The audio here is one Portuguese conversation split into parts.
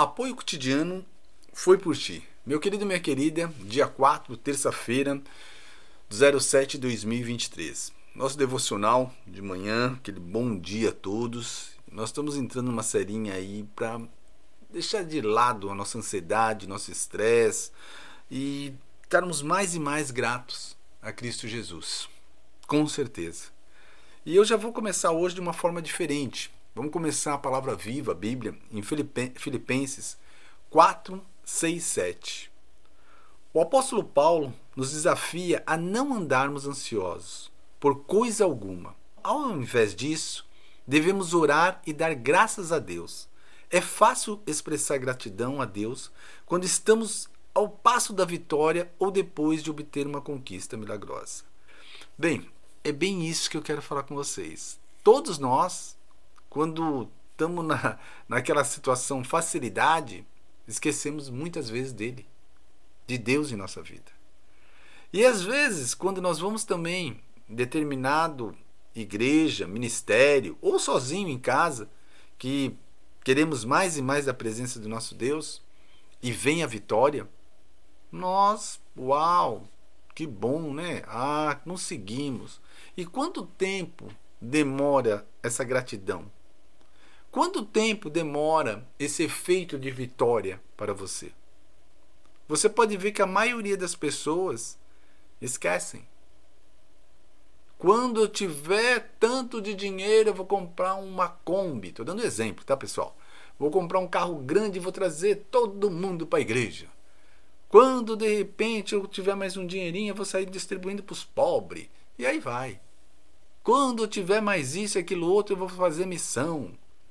Apoio cotidiano foi por ti. Meu querido e minha querida, dia 4, terça-feira, 07 de 2023. Nosso devocional de manhã, aquele bom dia a todos. Nós estamos entrando numa serinha aí para deixar de lado a nossa ansiedade, nosso estresse e estarmos mais e mais gratos a Cristo Jesus. Com certeza. E eu já vou começar hoje de uma forma diferente. Vamos começar a palavra viva, a Bíblia, em Filipenses 4, 6, 7. O apóstolo Paulo nos desafia a não andarmos ansiosos por coisa alguma. Ao invés disso, devemos orar e dar graças a Deus. É fácil expressar gratidão a Deus quando estamos ao passo da vitória ou depois de obter uma conquista milagrosa. Bem, é bem isso que eu quero falar com vocês. Todos nós, quando estamos naquela situação facilidade, esquecemos muitas vezes dele, de Deus em nossa vida. E às vezes, quando nós vamos também em determinado igreja, ministério, ou sozinho em casa, que queremos mais e mais da presença do nosso Deus, e vem a vitória, nós, uau, que bom, né? Conseguimos. E quanto tempo demora essa gratidão? Quanto tempo demora esse efeito de vitória para você? Você pode ver que a maioria das pessoas esquecem. Quando eu tiver tanto de dinheiro, eu vou comprar uma Kombi. Estou dando exemplo, tá, pessoal? Vou comprar um carro grande e vou trazer todo mundo para a igreja. Quando, de repente, eu tiver mais um dinheirinho, eu vou sair distribuindo para os pobres. E aí vai. Quando eu tiver mais isso e aquilo outro, eu vou fazer missão.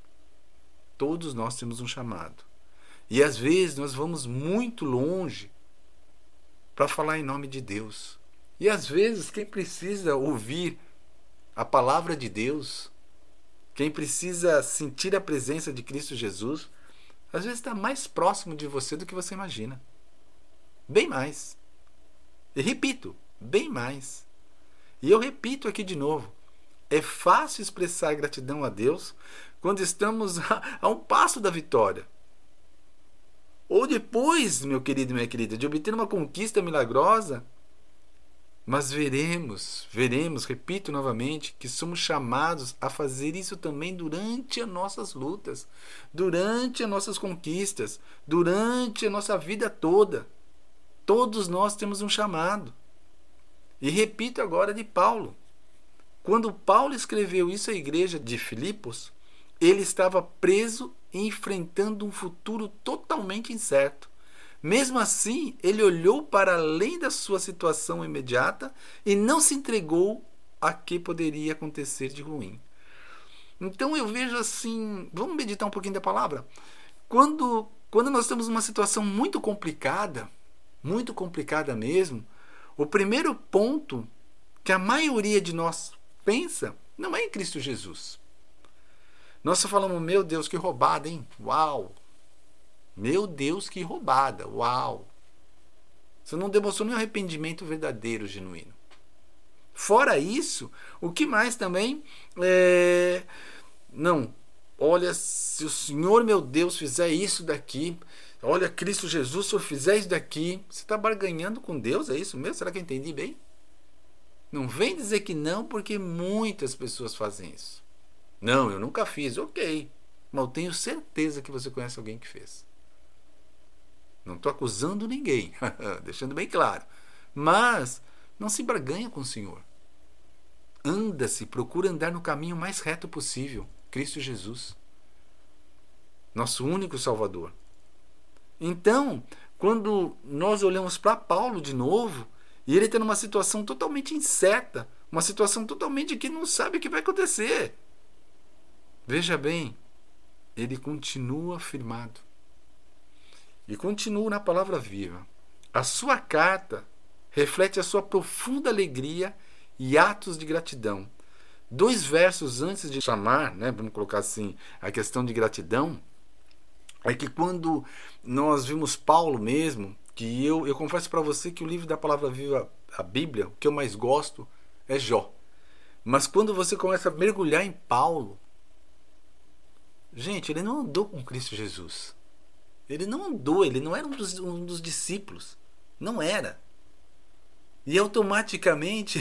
Todos nós temos um chamado. E às vezes nós vamos muito longe para falar em nome de Deus. E às vezes quem precisa ouvir a palavra de Deus, quem precisa sentir a presença de Cristo Jesus, às vezes está mais próximo de você do que você imagina. Bem mais. E repito, bem mais. E eu repito aqui de novo. É fácil expressar gratidão a Deus quando estamos a um passo da vitória. Ou depois, meu querido e minha querida, de obter uma conquista milagrosa. Mas veremos, repito novamente, que somos chamados a fazer isso também durante as nossas lutas, durante as nossas conquistas, durante a nossa vida toda. Todos nós temos um chamado. E repito agora de Paulo. Quando Paulo escreveu isso à igreja de Filipos, ele estava preso e enfrentando um futuro totalmente incerto. Mesmo assim, ele olhou para além da sua situação imediata e não se entregou a que poderia acontecer de ruim. Então eu vejo assim, vamos meditar um pouquinho da palavra. Quando nós temos uma situação muito complicada mesmo, o primeiro ponto que a maioria de nós pensa não é em Cristo Jesus. Nós só falamos, meu Deus, que roubada, hein? Uau! Meu Deus, que roubada! Uau! Você não demonstrou nenhum arrependimento verdadeiro, genuíno. Fora isso, o que mais também não, olha, se o Senhor, meu Deus, fizer isso daqui, olha, Cristo Jesus, se eu fizer isso daqui, você está barganhando com Deus, é isso mesmo? Será que eu entendi bem? Não vem dizer que não, porque muitas pessoas fazem isso. Não, eu nunca fiz, ok. Mas eu tenho certeza que você conhece alguém que fez. Não estou acusando ninguém, deixando bem claro. Mas não se barganha com o Senhor. Anda-se, procura andar no caminho mais reto possível. Cristo Jesus. Nosso único Salvador. Então, quando nós olhamos para Paulo de novo, e ele está numa situação totalmente incerta, uma situação totalmente que não sabe o que vai acontecer. Veja bem, ele continua firmado. E continua na palavra viva. A sua carta reflete a sua profunda alegria e atos de gratidão. 2 versos antes de chamar, vamos colocar assim, a questão de gratidão, é que quando nós vimos Paulo mesmo, que eu confesso para você que o livro da palavra viva, a Bíblia, o que eu mais gosto é Jó. Mas quando você começa a mergulhar em Paulo, gente, ele não andou com Cristo Jesus. Ele não andou, ele não era um dos discípulos. Não era. E automaticamente,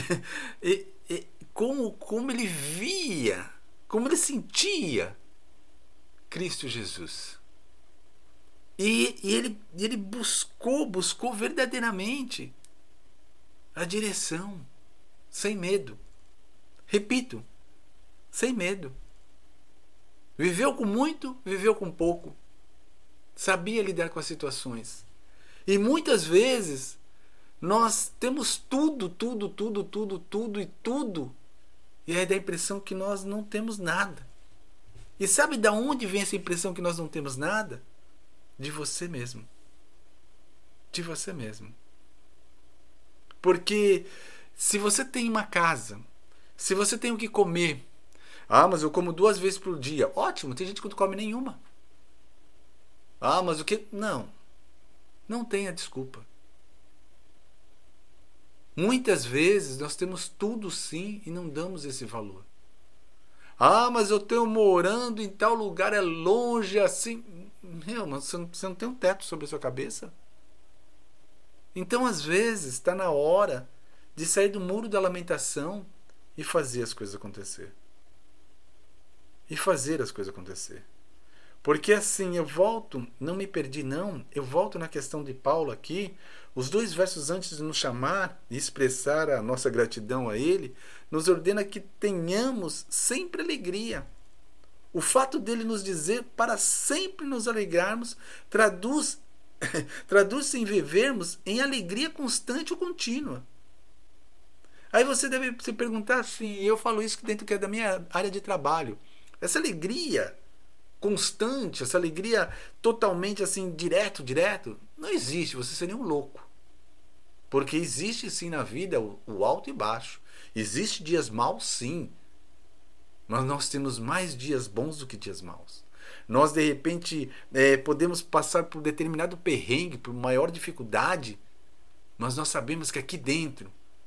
como ele via, como ele sentia Cristo Jesus. E ele buscou verdadeiramente a direção, sem medo. Repito, sem medo. Viveu com muito, viveu com pouco. Sabia lidar com as situações. E muitas vezes nós temos tudo, e aí dá a impressão que nós não temos nada. E sabe de onde vem essa impressão que nós não temos nada? De você mesmo. De você mesmo. Porque se você tem uma casa, se você tem o que comer, mas eu como 2 vezes por dia. Ótimo, tem gente que não come nenhuma. Mas o que? Não tenha desculpa. Muitas vezes nós temos tudo sim e não damos esse valor. Mas eu estou morando em tal lugar, é longe assim. Mas você não tem um teto sobre a sua cabeça? Então, às vezes, está na hora de sair do muro da lamentação e fazer as coisas acontecer. Porque assim, eu volto, não me perdi não, eu volto na questão de Paulo aqui, os 2 versos antes de nos chamar e expressar a nossa gratidão a ele, nos ordena que tenhamos sempre alegria. O fato dele nos dizer para sempre nos alegrarmos traduz-se em vivermos em alegria constante ou contínua. Aí você deve se perguntar assim, eu falo isso dentro que é da minha área de trabalho, essa alegria constante, essa alegria totalmente assim, direto, não existe, você seria um louco. Porque existe sim na vida o alto e baixo. Existe dias maus, sim. Mas nós temos mais dias bons do que dias maus. Nós, de repente, podemos passar por determinado perrengue, por maior dificuldade, mas nós sabemos que aqui dentro,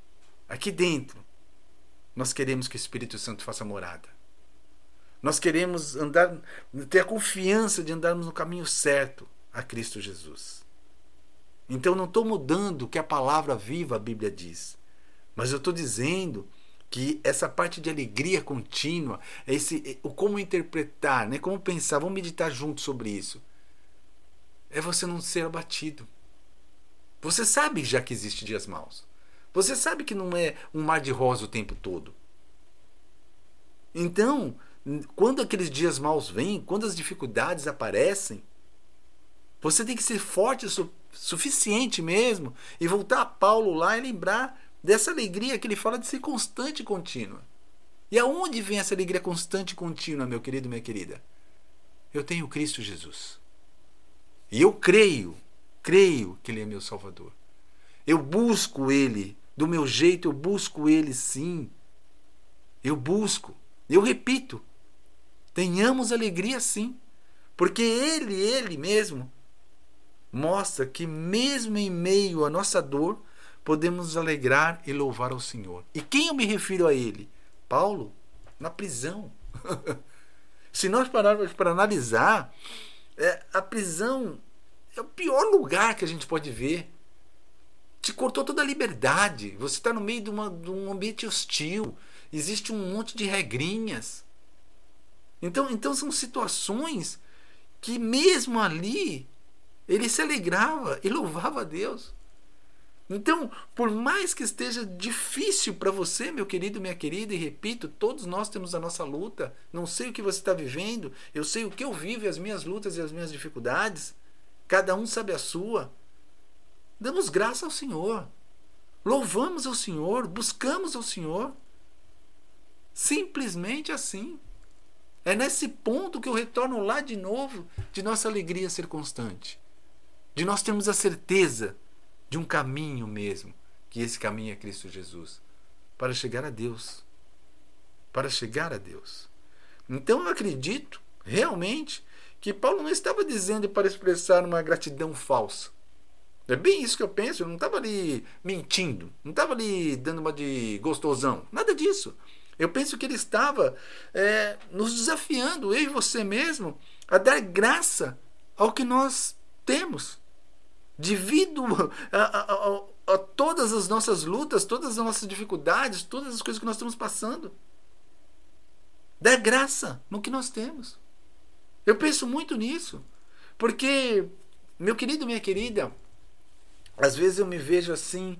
nós queremos que o Espírito Santo faça morada. Nós queremos ter a confiança de andarmos no caminho certo a Cristo Jesus. Então não estou mudando o que a palavra viva, a Bíblia diz. Mas eu estou dizendo que essa parte de alegria contínua, o como interpretar, né? Como pensar, vamos meditar juntos sobre isso. É você não ser abatido. Você sabe já que existe dias maus. Você sabe que não é um mar de rosa o tempo todo. Então, quando aqueles dias maus vêm, quando as dificuldades aparecem, você tem que ser forte o suficiente mesmo e voltar a Paulo lá e lembrar dessa alegria que ele fala de ser constante e contínua. E aonde vem essa alegria constante e contínua, meu querido, minha querida? Eu tenho Cristo Jesus. E eu creio que Ele é meu Salvador. Eu busco Ele, do meu jeito eu busco Ele sim. Eu repito, tenhamos alegria sim, porque Ele mesmo mostra que mesmo em meio à nossa dor, podemos nos alegrar e louvar ao Senhor. E quem eu me refiro a Ele? Paulo, na prisão. Se nós pararmos para analisar, a prisão é o pior lugar que a gente pode ver. Te cortou toda a liberdade. Você está no meio de um ambiente hostil. Existe um monte de regrinhas. Então são situações que mesmo ali ele se alegrava e louvava a Deus. Então, por mais que esteja difícil para você, meu querido, minha querida, e repito, todos nós temos a nossa luta, não sei o que você está vivendo, eu sei o que eu vivo, as minhas lutas e as minhas dificuldades, cada um sabe a sua. Damos graça ao Senhor, louvamos ao Senhor, buscamos ao Senhor, simplesmente assim. É nesse ponto que eu retorno lá de novo, de nossa alegria ser constante, de nós termos a certeza de um caminho mesmo, que esse caminho é Cristo Jesus, para chegar a Deus. Então eu acredito, realmente, que Paulo não estava dizendo para expressar uma gratidão falsa. É bem isso que eu penso, eu não estava ali mentindo, não estava ali dando uma de gostosão, nada disso. Eu penso que ele estava nos desafiando, eu e você mesmo, a dar graça ao que nós temos. Devido a todas as nossas lutas, todas as nossas dificuldades, todas as coisas que nós estamos passando. Dá graça no que nós temos. Eu penso muito nisso. Porque, meu querido, minha querida, às vezes eu me vejo assim,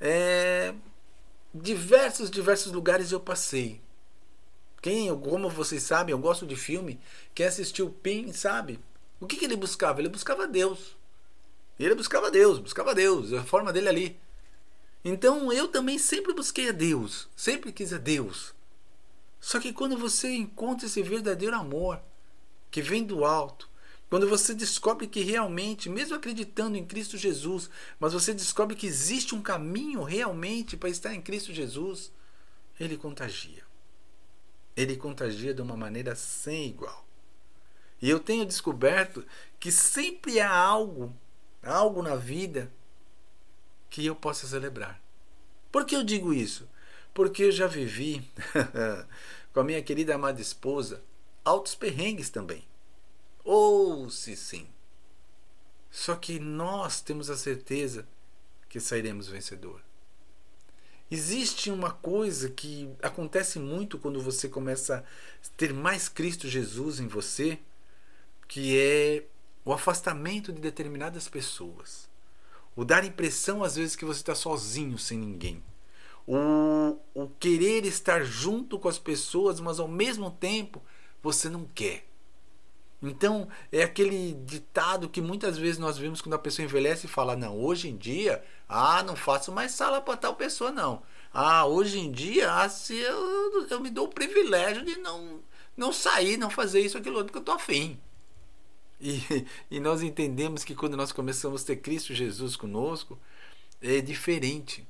diversos lugares eu passei. Como vocês sabem, eu gosto de filme. Quem assistiu Pin sabe. O que ele buscava? Ele buscava Deus. Ele buscava Deus, a forma dele ali. Então eu também sempre busquei a Deus, sempre quis a Deus. Só que quando você encontra esse verdadeiro amor, que vem do alto, quando você descobre que realmente, mesmo acreditando em Cristo Jesus, mas você descobre que existe um caminho realmente para estar em Cristo Jesus, ele contagia. Ele contagia de uma maneira sem igual. E eu tenho descoberto que sempre há algo na vida que eu possa celebrar. Por que eu digo isso? Porque eu já vivi com a minha querida amada esposa altos perrengues também. Se sim. Só que nós temos a certeza que sairemos vencedor. Existe uma coisa que acontece muito quando você começa a ter mais Cristo Jesus em você, que é o afastamento de determinadas pessoas. O dar impressão às vezes que você está sozinho, sem ninguém. O querer estar junto com as pessoas, mas ao mesmo tempo você não quer. Então é aquele ditado que muitas vezes nós vemos quando a pessoa envelhece e fala: não, hoje em dia, não faço mais sala para tal pessoa não. Hoje em dia, eu me dou o privilégio de não sair, não fazer isso, aquilo outro, porque eu estou afim. E nós entendemos que quando nós começamos a ter Cristo Jesus conosco, é diferente.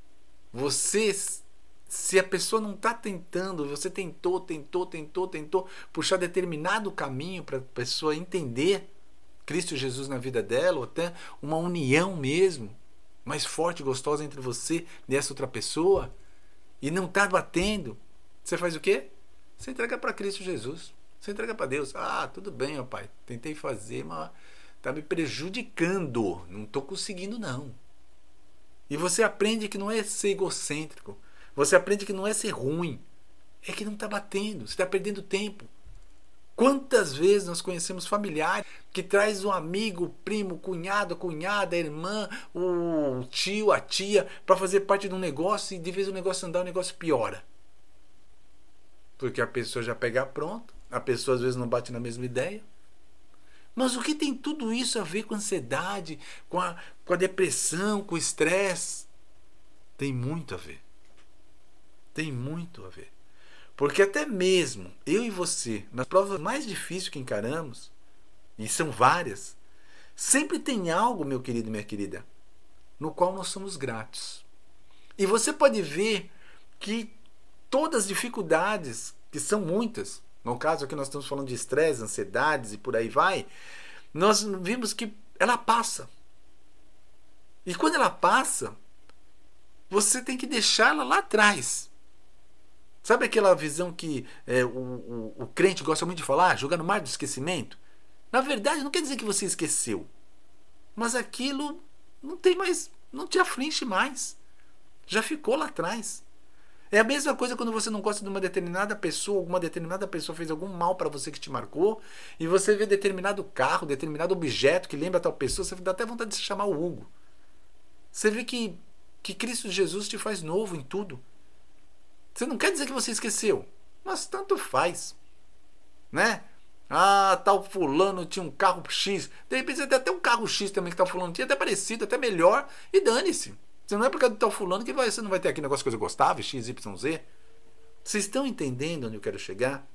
Se a pessoa não está tentando, você tentou puxar determinado caminho para a pessoa entender Cristo Jesus na vida dela, ou até uma união mesmo, mais forte e gostosa entre você e essa outra pessoa, e não está batendo, você faz o quê? Você entrega para Cristo Jesus. Você entrega para Deus. Tudo bem, ó pai, tentei fazer, mas está me prejudicando. Não estou conseguindo, não. E você aprende que não é ser egocêntrico. Você aprende que não é ser ruim. É que não está batendo. Você está perdendo tempo. Quantas vezes nós conhecemos familiares que traz um amigo, o primo, o cunhado, a cunhada, a irmã, o tio, a tia, para fazer parte de um negócio, e de vez o negócio andar, o negócio piora. Porque a pessoa já pega pronto. A pessoa às vezes não bate na mesma ideia. Mas o que tem tudo isso a ver com a ansiedade, com a depressão, com o estresse? Tem muito a ver. Tem muito a ver. Porque até mesmo eu e você, nas provas mais difíceis que encaramos, e são várias, sempre tem algo, meu querido e minha querida, no qual nós somos gratos. E você pode ver que todas as dificuldades, que são muitas, no caso aqui nós estamos falando de estresse, ansiedades e por aí vai, nós vimos que ela passa. E quando ela passa, você tem que deixá-la lá atrás. Sabe aquela visão que o crente gosta muito de falar? Jogar no mar do esquecimento? Na verdade, não quer dizer que você esqueceu. Mas aquilo não tem mais, não te aflige mais. Já ficou lá atrás. É a mesma coisa quando você não gosta de uma determinada pessoa, alguma determinada pessoa fez algum mal para você que te marcou, e você vê determinado carro, determinado objeto que lembra tal pessoa, você dá até vontade de se chamar o Hugo. Você vê que Cristo Jesus te faz novo em tudo. Você não quer dizer que você esqueceu, mas tanto faz, né? Tal fulano tinha um carro X, de repente você tem até um carro X também que tal fulano tinha, até parecido, até melhor, e dane-se. Você não é por causa do tal fulano que você não vai ter aqui negócio que você gostava, X, Y, Z. Vocês estão entendendo onde eu quero chegar?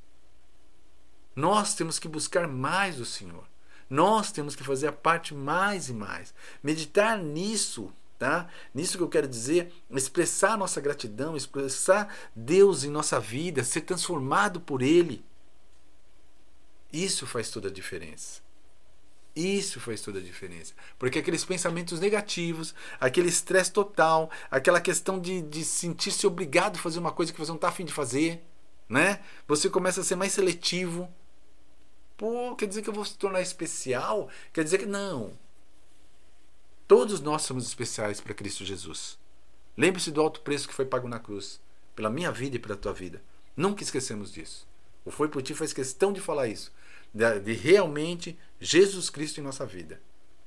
Nós temos que buscar mais o Senhor. Nós temos que fazer a parte mais e mais. Meditar nisso, tá? Nisso que eu quero dizer, expressar nossa gratidão, expressar Deus em nossa vida, ser transformado por Ele. Isso faz toda a diferença. Isso faz toda a diferença. Porque aqueles pensamentos negativos, aquele estresse total, aquela questão de sentir-se obrigado a fazer uma coisa que você não está a fim de fazer, né? Você começa a ser mais seletivo. Quer dizer que eu vou se tornar especial? Quer dizer que não. Todos nós somos especiais para Cristo Jesus. Lembre-se do alto preço que foi pago na cruz, pela minha vida e pela tua vida. Nunca esquecemos disso. O Foi Por Ti faz questão de falar isso, de realmente Jesus Cristo em nossa vida.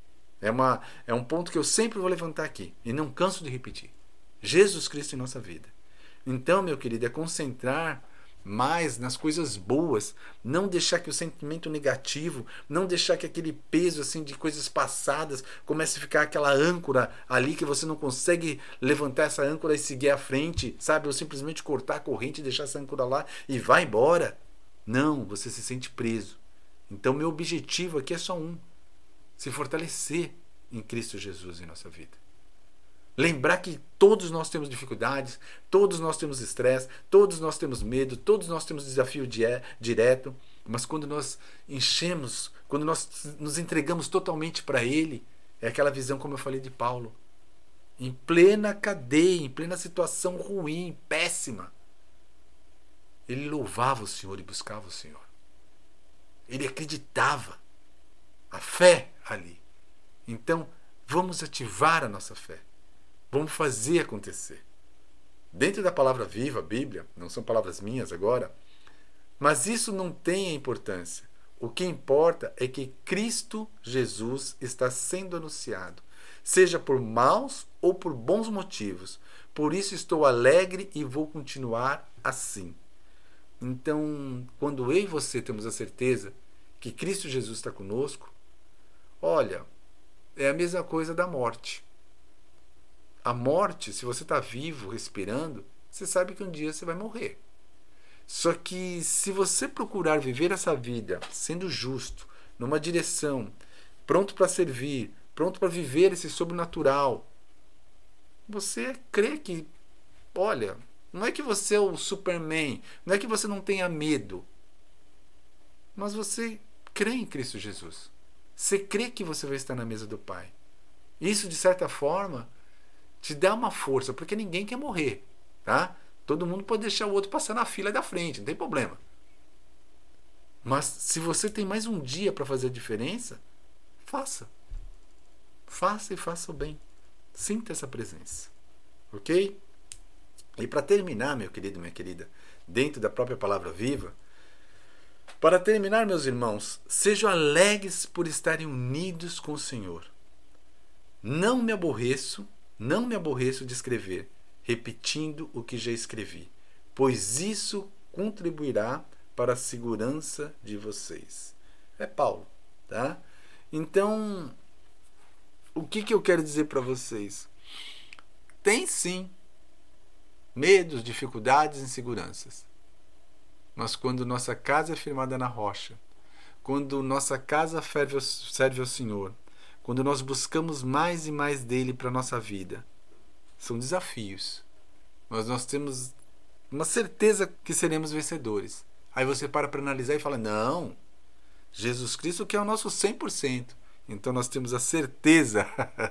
É um ponto que eu sempre vou levantar aqui e não canso de repetir. Jesus Cristo em nossa vida. Então, meu querido, é concentrar mais nas coisas boas, não deixar que o sentimento negativo, não deixar que aquele peso assim de coisas passadas comece a ficar aquela âncora ali que você não consegue levantar essa âncora e seguir à frente, sabe? Ou simplesmente cortar a corrente e deixar essa âncora lá e vai embora. Não, você se sente preso. Então, meu objetivo aqui é só um: se fortalecer em Cristo Jesus em nossa vida. Lembrar que todos nós temos dificuldades, todos nós temos estresse, todos nós temos medo, todos nós temos desafio direto, mas quando nós enchemos, quando nós nos entregamos totalmente para Ele, é aquela visão, como eu falei, de Paulo, em plena cadeia, em plena situação ruim, péssima. Ele louvava o Senhor e buscava o Senhor. Ele acreditava. A fé ali. Então, vamos ativar a nossa fé. Vamos fazer acontecer. Dentro da palavra viva, a Bíblia, não são palavras minhas agora, mas isso não tem importância. O que importa é que Cristo Jesus está sendo anunciado, seja por maus ou por bons motivos. Por isso estou alegre e vou continuar assim. Então, quando eu e você temos a certeza que Cristo Jesus está conosco, olha, é a mesma coisa da morte. A morte, se você está vivo, respirando, você sabe que um dia você vai morrer. Só que se você procurar viver essa vida sendo justo, numa direção, pronto para servir, pronto para viver esse sobrenatural, você crê que, olha, não é que você é o Superman, não é que você não tenha medo, mas você crê em Cristo Jesus. Você crê que você vai estar na mesa do Pai. Isso, de certa forma, te dá uma força, porque ninguém quer morrer, tá? Todo mundo pode deixar o outro passar na fila da frente, não tem problema. Mas se você tem mais um dia para fazer a diferença, faça. Faça e faça o bem. Sinta essa presença. Ok? E para terminar, meu querido e minha querida, dentro da própria palavra viva, para terminar, meus irmãos, sejam alegres por estarem unidos com o Senhor. Não me aborreço de escrever, repetindo o que já escrevi, pois isso contribuirá para a segurança de vocês. É Paulo, tá? Então, o que eu quero dizer para vocês? Tem sim medos, dificuldades, inseguranças. Mas quando nossa casa é firmada na rocha, quando nossa casa serve ao Senhor, quando nós buscamos mais e mais dele para a nossa vida, são desafios, mas nós temos uma certeza que seremos vencedores. Aí você para analisar e fala, não, Jesus Cristo que é o nosso 100%. Então nós temos a certeza,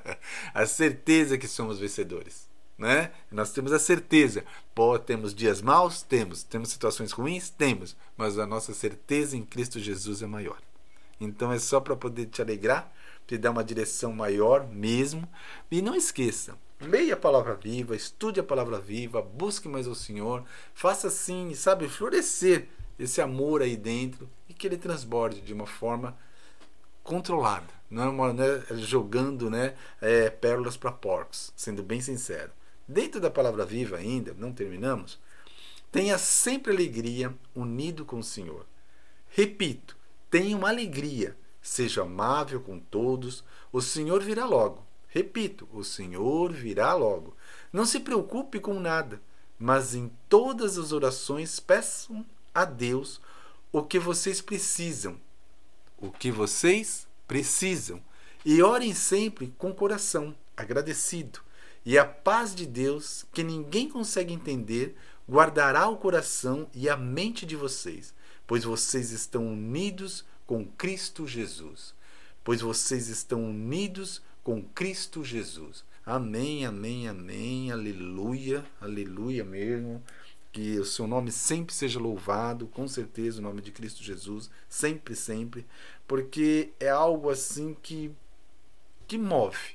a certeza que somos vencedores. Né? Nós temos a certeza. Temos dias maus? Temos situações ruins? Temos. Mas a nossa certeza em Cristo Jesus é maior. Então é só para poder te alegrar, te dar uma direção maior mesmo. E não esqueça, leia a palavra viva, estude a palavra viva, busque mais o Senhor, faça assim, sabe, florescer esse amor aí dentro e que ele transborde de uma forma controlada, não é jogando, né, pérolas para porcos, sendo bem sincero. Dentro da palavra viva ainda, não terminamos, tenha sempre alegria unido com o Senhor. Repito, tenha uma alegria, seja amável com todos, o Senhor virá logo. Repito, o Senhor virá logo. Não se preocupe com nada, mas em todas as orações peçam a Deus o que vocês precisam. O que vocês precisam. E orem sempre com o coração agradecido. E a paz de Deus, que ninguém consegue entender, guardará o coração e a mente de vocês, pois vocês estão unidos com Cristo Jesus. Pois vocês estão unidos com Cristo Jesus. Amém, amém, amém, aleluia, aleluia mesmo. Que o seu nome sempre seja louvado, com certeza o nome de Cristo Jesus, sempre, sempre, porque é algo assim que move,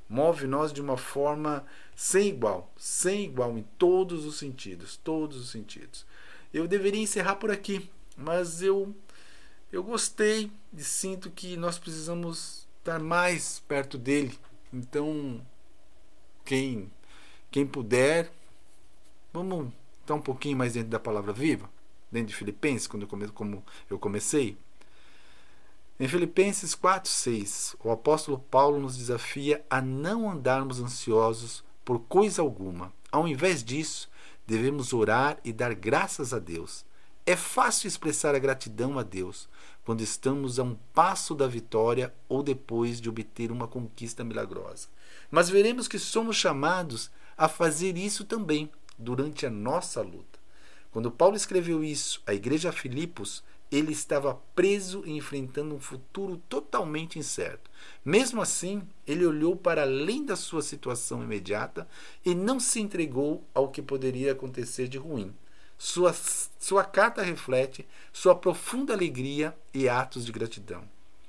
move nós de uma forma sem igual em todos os sentidos, Eu deveria encerrar por aqui, mas eu gostei e sinto que nós precisamos estar mais perto dele. Então, quem puder, vamos estar um pouquinho mais dentro da palavra viva, dentro de Filipenses, como eu comecei. Em Filipenses 4:6, o apóstolo Paulo nos desafia a não andarmos ansiosos por coisa alguma. Ao invés disso, devemos orar e dar graças a Deus. É fácil expressar a gratidão a Deus quando estamos a um passo da vitória ou depois de obter uma conquista milagrosa. Mas veremos que somos chamados a fazer isso também durante a nossa luta. Quando Paulo escreveu isso à igreja de Filipos, ele estava preso e enfrentando um futuro totalmente incerto. Mesmo assim, ele olhou para além da sua situação imediata e não se entregou ao que poderia acontecer de ruim. Sua carta reflete sua profunda alegria e atos de gratidão.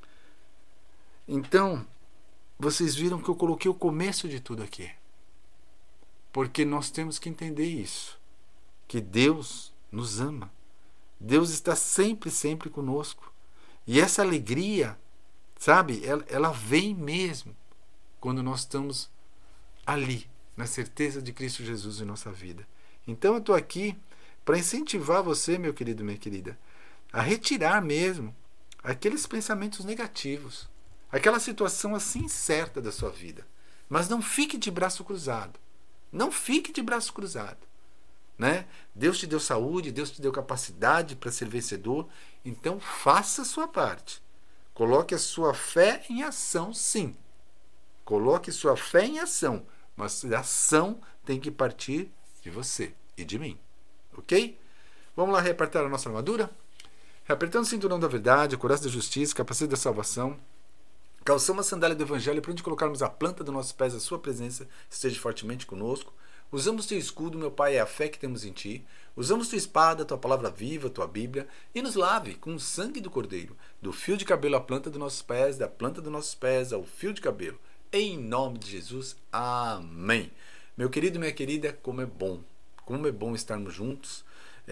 Então, vocês viram que eu coloquei o começo de tudo aqui. Porque nós temos que entender isso. Que Deus nos ama. Deus está sempre conosco. E essa alegria, sabe, ela vem mesmo quando nós estamos ali, na certeza de Cristo Jesus em nossa vida. Então eu estou aqui para incentivar você, meu querido, minha querida, a retirar mesmo aqueles pensamentos negativos, aquela situação assim incerta da sua vida. Mas não fique de braço cruzado. Não fique de braço cruzado. Né? Deus te deu saúde, Deus te deu capacidade para ser vencedor, então faça a sua parte. Coloque a sua fé em ação, sim. Coloque sua fé em ação, mas a ação tem que partir de você e de mim. Ok? Vamos lá reapertar a nossa armadura? Reapertando o cinturão da verdade, a couraça da justiça, capacete da salvação, calçamos a sandália do evangelho para onde colocarmos a planta dos nossos pés, a sua presença esteja fortemente conosco. Usamos teu escudo, meu Pai, é a fé que temos em ti. Usamos tua espada, tua palavra viva, tua Bíblia, e nos lave com o sangue do Cordeiro, do fio de cabelo à planta dos nossos pés, da planta dos nossos pés ao fio de cabelo. Em nome de Jesus, amém. Meu querido, minha querida, como é bom estarmos juntos.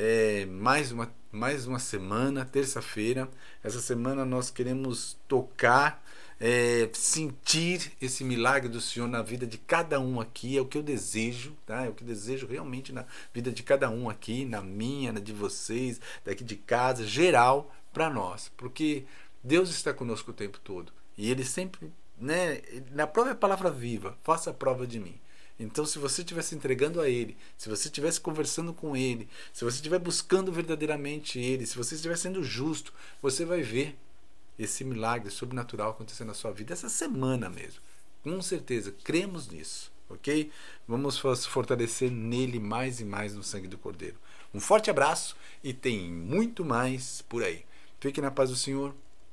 Mais uma semana, terça-feira. Essa semana nós queremos tocar, sentir esse milagre do Senhor na vida de cada um aqui. É o que eu desejo, tá? É o que eu desejo realmente na vida de cada um aqui, na minha, na de vocês, daqui de casa, geral, para nós, porque Deus está conosco o tempo todo e Ele sempre, né, na própria palavra viva, faça a prova de mim. Então, se você estiver se entregando a Ele, se você estivesse conversando com Ele, se você estiver buscando verdadeiramente Ele, se você estiver sendo justo, você vai ver esse milagre sobrenatural acontecendo na sua vida essa semana mesmo. Com certeza, cremos nisso, ok? Vamos fortalecer nele mais e mais no sangue do Cordeiro. Um forte abraço e tem muito mais por aí. Fique na paz do Senhor.